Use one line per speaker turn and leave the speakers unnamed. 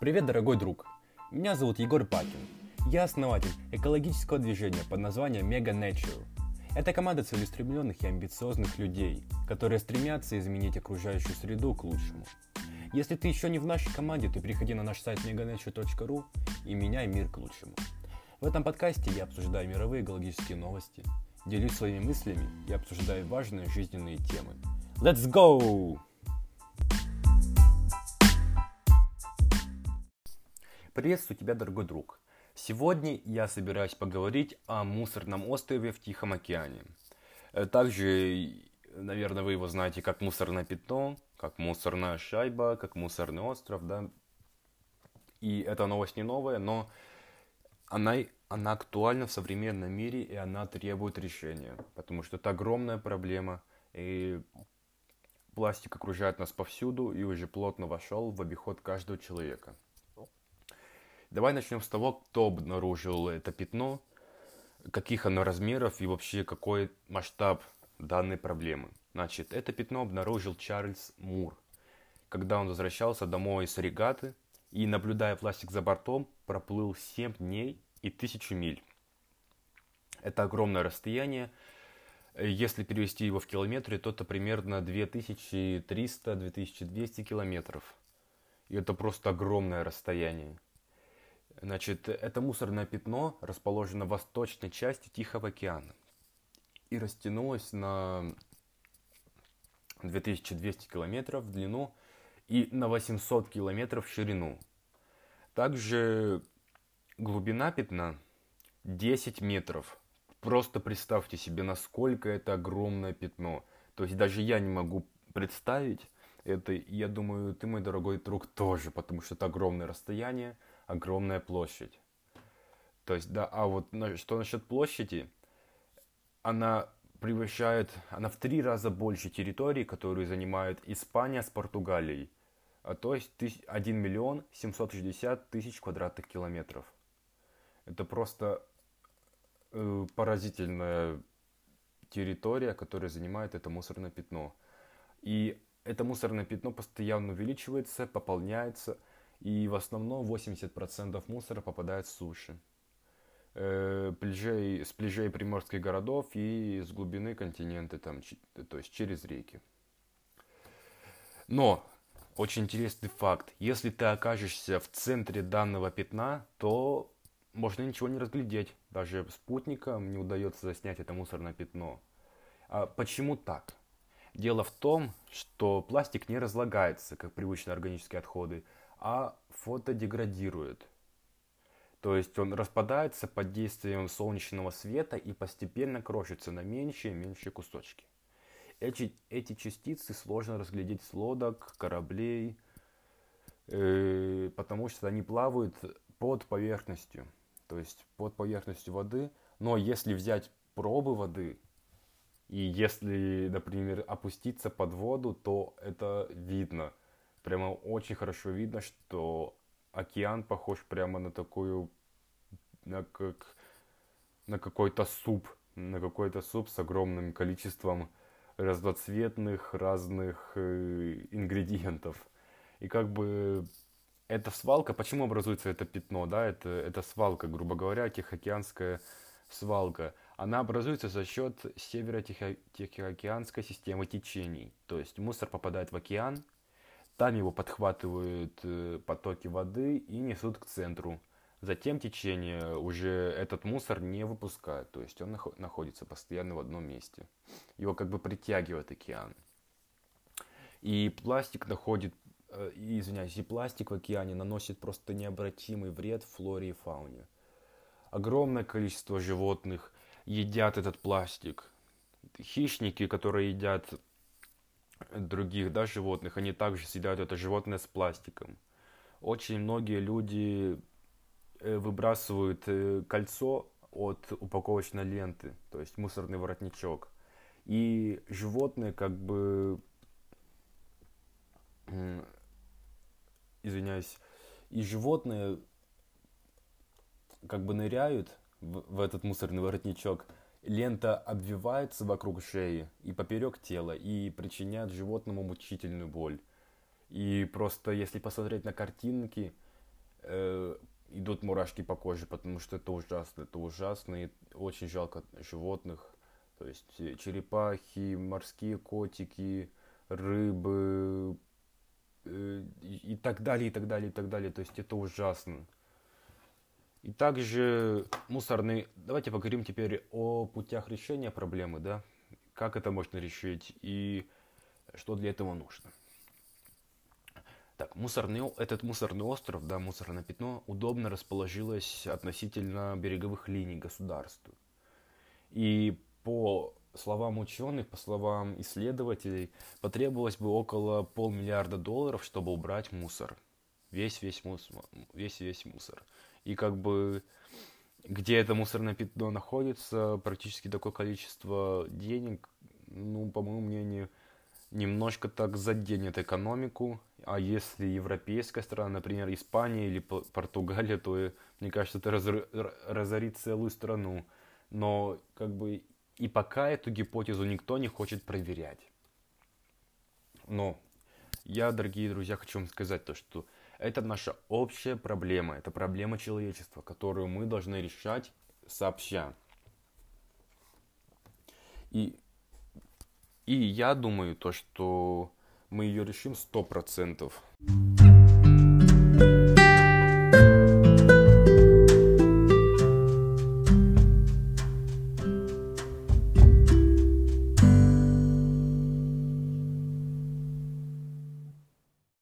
Привет, дорогой друг! Меня зовут Егор Пакин. Я основатель экологического движения под названием Mega Nature. Это команда целеустремленных и амбициозных людей, которые стремятся изменить окружающую среду к лучшему. Если ты еще не в нашей команде, то приходи на наш сайт meganature.ru и меняй мир к лучшему. В этом подкасте я обсуждаю мировые экологические новости, делюсь своими мыслями и обсуждаю важные жизненные темы. Let's go! Приветствую тебя, дорогой друг. Сегодня я собираюсь поговорить о мусорном острове в Тихом океане. Также, наверное, вы его знаете как мусорное пятно, как мусорная шайба, как мусорный остров, да. И эта новость не новая, но она актуальна в современном мире, и она требует решения, потому что это огромная проблема, и пластик окружает нас повсюду и уже плотно вошел в обиход каждого человека. Давай начнем с того, кто обнаружил это пятно, каких оно размеров и вообще какой масштаб данной проблемы. Значит, это пятно обнаружил Чарльз Мур, когда он возвращался домой с регаты и, наблюдая пластик за бортом, проплыл 7 дней и 1000 миль. Это огромное расстояние. Если перевести его в километры, то это примерно 2300-2200 километров. И это просто огромное расстояние. Значит, это мусорное пятно расположено в восточной части Тихого океана и растянулось на 2200 километров в длину и на 800 километров в ширину. Также глубина пятна 10 метров. Просто представьте себе, насколько это огромное пятно. То есть даже я не могу представить это. И я думаю, ты, мой дорогой друг, тоже, потому что это огромное расстояние, огромная площадь. То есть, да, а вот что насчет площади, она в 3 раза больше территории, которую занимают Испания с Португалией. То есть 1 миллион 760 тысяч квадратных километров. Это просто поразительная территория, которая занимает это мусорное пятно. И это мусорное пятно постоянно увеличивается, пополняется, и в основном 80% мусора попадает с суши. С пляжей приморских городов и с глубины континента, то есть через реки. Но очень интересный факт. Если ты окажешься в центре данного пятна, то можно ничего не разглядеть. Даже спутникам не удается заснять это мусорное пятно. А почему так? Дело в том, что пластик не разлагается, как привычные органические отходы, а фотодеградирует. То есть он распадается под действием солнечного света и постепенно крошится на меньшие и меньшие кусочки. Эти частицы сложно разглядеть с лодок, кораблей, потому что они плавают под поверхностью, то есть под поверхностью воды. Но если взять пробы воды и если, например, опуститься под воду, то это видно. Прямо очень хорошо видно, что океан похож прямо на какой-то суп. На какой-то суп с огромным количеством разноцветных разных ингредиентов. И как бы эта свалка, почему образуется это пятно, да, это свалка, грубо говоря, Тихоокеанская свалка. Она образуется за счет северо-тихоокеанской системы течений. То есть мусор попадает в океан, там его подхватывают потоки воды и несут к центру. Затем течение уже этот мусор не выпускает, то есть он находится постоянно в одном месте. Его как бы притягивает океан. И пластик и пластик в океане наносит просто необратимый вред флоре и фауне. Огромное количество животных едят этот пластик. Хищники, которые едят других, да, животных, они также съедают это животное с пластиком. Очень многие люди выбрасывают кольцо от упаковочной ленты, то есть мусорный воротничок. И животные как бы, и животные как бы ныряют в этот мусорный воротничок. Лента обвивается вокруг шеи и поперек тела и причиняет животному мучительную боль. И просто если посмотреть на картинки, идут мурашки по коже, потому что это ужасно, и очень жалко животных. То есть черепахи, морские котики, рыбы, и так далее, и так далее, и так далее. То есть это ужасно. И также мусорный... Давайте поговорим теперь о путях решения проблемы, да? Как это можно решить и что для этого нужно. Так, этот мусорный остров, да, мусорное пятно, удобно расположилось относительно береговых линий государств. И по словам ученых, по словам исследователей, потребовалось бы около $500 миллиарда, чтобы убрать мусор. Весь мусор. Весь мусор. И как бы где это мусорное пятно находится, практически такое количество денег, ну, по моему мнению, немножко так заденет экономику. А если европейская страна, например, Испания или Португалия, то, мне кажется, это разорит целую страну. Но как бы и пока эту гипотезу никто не хочет проверять. Но я, дорогие друзья, хочу вам сказать то, что это наша общая проблема, это проблема человечества, которую мы должны решать сообща. И, и я думаю то, что мы ее решим 100%.